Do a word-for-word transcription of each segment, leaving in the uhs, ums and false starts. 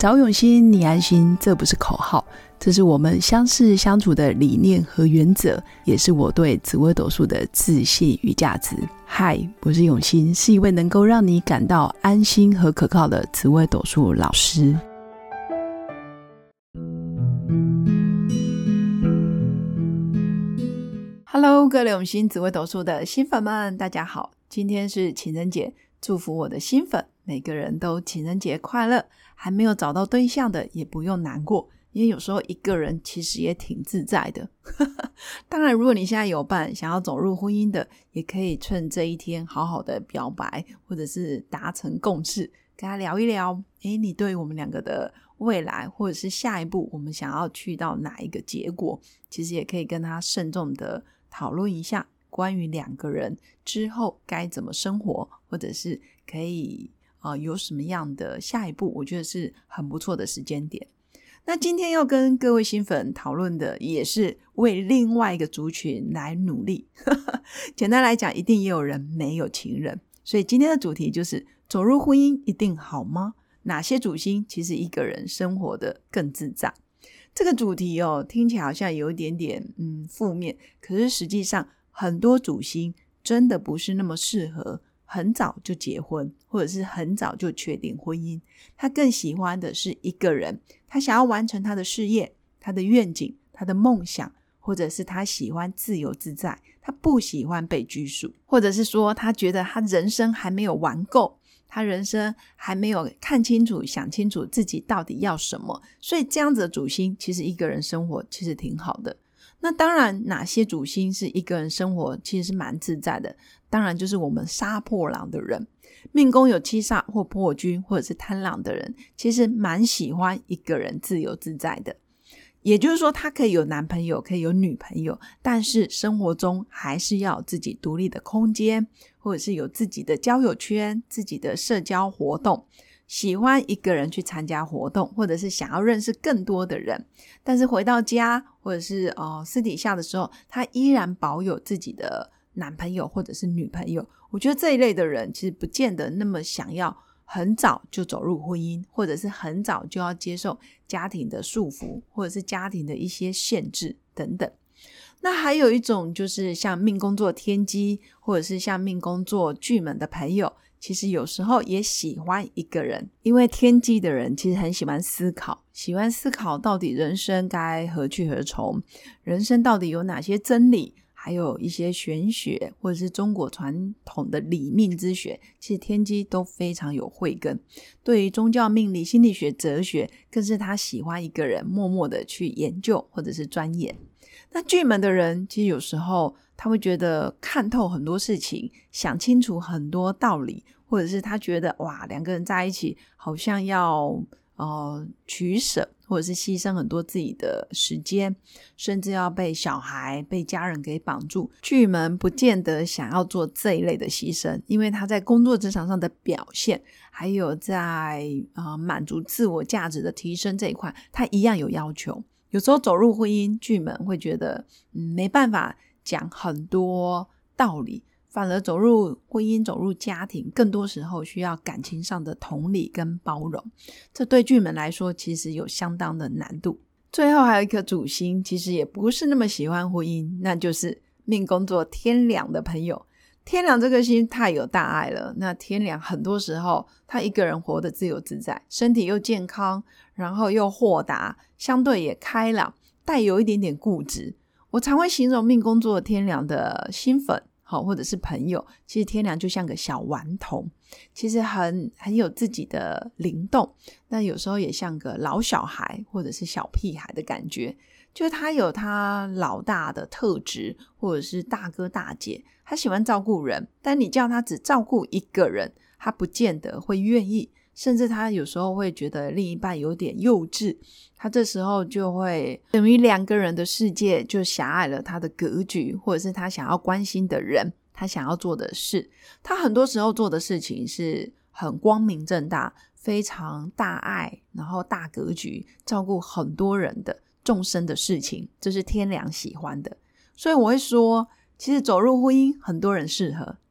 找永新，你安心，这不是口号，这是我们相识相处的理念和原则，也是我对紫微斗数的自信与价值。嗨，我是永新，是一位能够让你感到安心和可靠的紫微斗数老师。Hello， 各位永新紫微斗数的新粉们，大家好！今天是情人节，祝福我的新粉每个人都情人节快乐。还没有找到对象的也不用难过，因为有时候一个人其实也挺自在的当然如果你现在有伴，想要走入婚姻的，也可以趁这一天好好的表白，或者是达成共识，跟他聊一聊诶你对于我们两个的未来，或者是下一步我们想要去到哪一个结果，其实也可以跟他慎重的讨论一下关于两个人之后该怎么生活，或者是可以呃，有什么样的下一步，我觉得是很不错的时间点。那今天要跟各位新粉讨论的也是为另外一个族群来努力简单来讲，一定也有人没有情人，所以今天的主题就是走入婚姻一定好吗？哪些主星其实一个人生活的更自在？这个主题哦，听起来好像有一点点嗯负面，可是实际上很多主星真的不是那么适合很早就结婚，或者是很早就确定婚姻。他更喜欢的是一个人，他想要完成他的事业，他的愿景，他的梦想，或者是他喜欢自由自在，他不喜欢被拘束，或者是说他觉得他人生还没有玩够，他人生还没有看清楚想清楚自己到底要什么。所以这样子的主星其实一个人生活其实挺好的。那当然哪些主星是一个人生活其实是蛮自在的，当然就是我们杀破狼的人，命宫有七煞或破军或者是贪狼的人，其实蛮喜欢一个人自由自在的。也就是说他可以有男朋友，可以有女朋友，但是生活中还是要有自己独立的空间，或者是有自己的交友圈，自己的社交活动，喜欢一个人去参加活动，或者是想要认识更多的人，但是回到家或者是呃私底下的时候，他依然保有自己的男朋友或者是女朋友。我觉得这一类的人其实不见得那么想要很早就走入婚姻，或者是很早就要接受家庭的束缚，或者是家庭的一些限制等等。那还有一种就是像命宫座天机，或者是像命宫座巨门的朋友，其实有时候也喜欢一个人。因为天机的人其实很喜欢思考，喜欢思考到底人生该何去何从，人生到底有哪些真理，还有一些玄学或者是中国传统的理命之学，其实天机都非常有慧根。对于宗教命理、心理学、哲学，更是他喜欢一个人默默的去研究或者是钻研。那巨门的人其实有时候他会觉得看透很多事情，想清楚很多道理，或者是他觉得哇两个人在一起好像要呃取舍，或者是牺牲很多自己的时间，甚至要被小孩被家人给绑住。巨门不见得想要做这一类的牺牲，因为他在工作职场上的表现，还有在呃满足自我价值的提升这一块，他一样有要求。有时候走入婚姻，巨门会觉得嗯没办法讲很多道理，反而走入婚姻走入家庭，更多时候需要感情上的同理跟包容，这对巨门来说其实有相当的难度。最后还有一颗主星其实也不是那么喜欢婚姻，那就是命宫座天梁的朋友。天梁这个星太有大爱了，那天梁很多时候他一个人活得自由自在，身体又健康，然后又豁达，相对也开朗，带有一点点固执。我常会形容命宫座天梁的新粉好，或者是朋友，其实天梁就像个小顽童，其实很很有自己的灵动，但有时候也像个老小孩或者是小屁孩的感觉，就是他有他老大的特质，或者是大哥大姐，他喜欢照顾人，但你叫他只照顾一个人，他不见得会愿意，甚至他有时候会觉得另一半有点幼稚，他这时候就会等于两个人的世界就狭隘了他的格局，或者是他想要关心的人，他想要做的事。他很多时候做的事情是很光明正大，非常大爱，然后大格局，照顾很多人的众生的事情，这是天梁喜欢的。所以我会说其实走入婚姻很多人适合，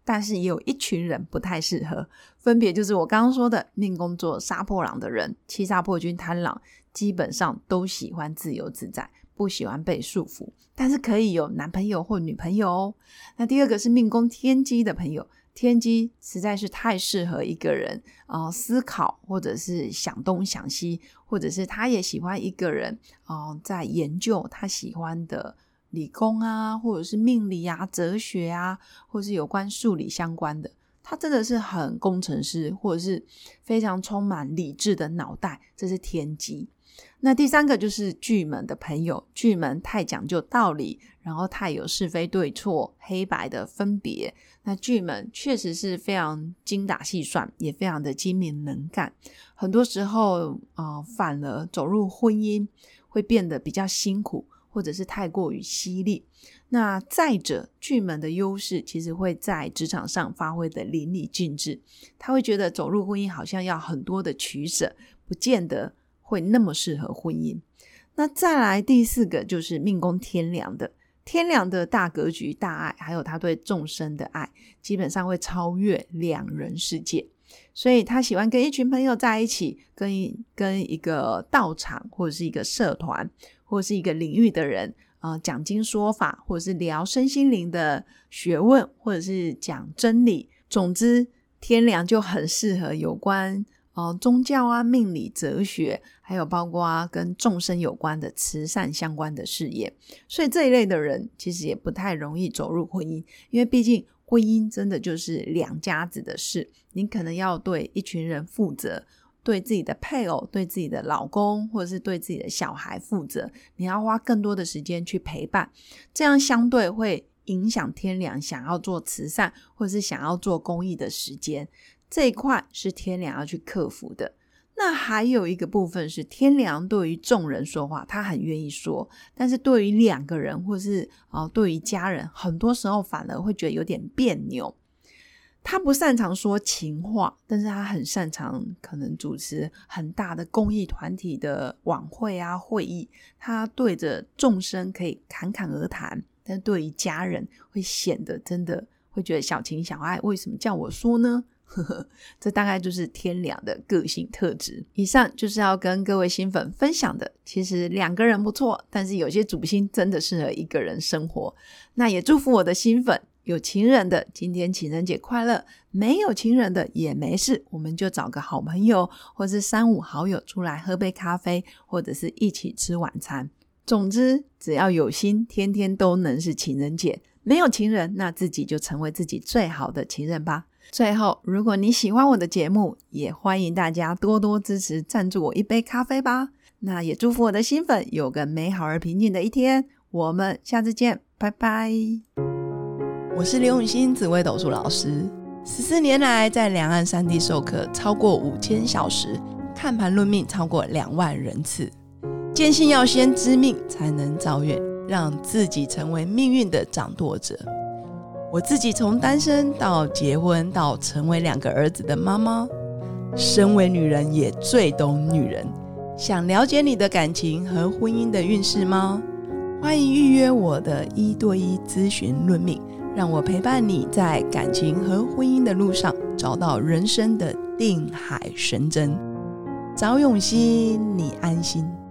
但是也有一群人不太适合，分别就是我刚刚说的命宫做杀破狼的人，七杀破军贪狼基本上都喜欢自由自在，不喜欢被束缚，但是可以有男朋友或女朋友哦。那第二个是命宫天机的朋友，天机实在是太适合一个人、呃、思考，或者是想东想西，或者是他也喜欢一个人、呃、在研究他喜欢的理工啊，或者是命理啊、哲学啊，或是有关数理相关的，他真的是很工程师，或者是非常充满理智的脑袋，这是天机。那第三个就是巨门的朋友，巨门太讲究道理，然后太有是非对错黑白的分别，那巨门确实是非常精打细算，也非常的精明能干，很多时候、呃、反而走入婚姻会变得比较辛苦，或者是太过于犀利。那再者，巨门的优势其实会在职场上发挥的淋漓尽致，他会觉得走入婚姻好像要很多的取舍，不见得会那么适合婚姻。那再来第四个就是命宫天梁的，天梁的大格局大爱，还有他对众生的爱，基本上会超越两人世界，所以他喜欢跟一群朋友在一起，跟跟一个道场或者是一个社团或者是一个领域的人呃，讲经说法，或者是聊身心灵的学问，或者是讲真理。总之天梁就很适合有关呃，宗教啊、命理、哲学，还有包括跟众生有关的慈善相关的事业，所以这一类的人其实也不太容易走入婚姻，因为毕竟婚姻真的就是两家子的事，你可能要对一群人负责，对自己的配偶、对自己的老公，或者是对自己的小孩负责，你要花更多的时间去陪伴，这样相对会影响天梁想要做慈善或者是想要做公益的时间，这一块是天梁要去克服的。那还有一个部分是天梁对于众人说话他很愿意说，但是对于两个人或是、呃、对于家人很多时候反而会觉得有点别扭。他不擅长说情话，但是他很擅长可能主持很大的公益团体的晚会啊、会议，他对着众生可以侃侃而谈，但对于家人会显得真的会觉得小情小爱，为什么叫我说呢？呵呵，这大概就是天梁的个性特质。以上就是要跟各位新粉分享的，其实两个人不错，但是有些主星真的适合一个人生活。那也祝福我的新粉，有情人的今天情人节快乐，没有情人的也没事，我们就找个好朋友或是三五好友出来喝杯咖啡，或者是一起吃晚餐。总之只要有心，天天都能是情人节。没有情人，那自己就成为自己最好的情人吧。最后，如果你喜欢我的节目，也欢迎大家多多支持赞助我一杯咖啡吧。那也祝福我的新粉有个美好而平静的一天，我们下次见，拜拜。我是刘永新紫微斗数老师，十四年来在两岸三地授课超过五千小时，看盘论命超过两万人次，坚信要先知命才能造运，让自己成为命运的掌舵者。我自己从单身到结婚到成为两个儿子的妈妈，身为女人也最懂女人。想了解你的感情和婚姻的运势吗？欢迎预约我的一对一咨询论命，让我陪伴你在感情和婚姻的路上找到人生的定海神针。找永熙，你安心。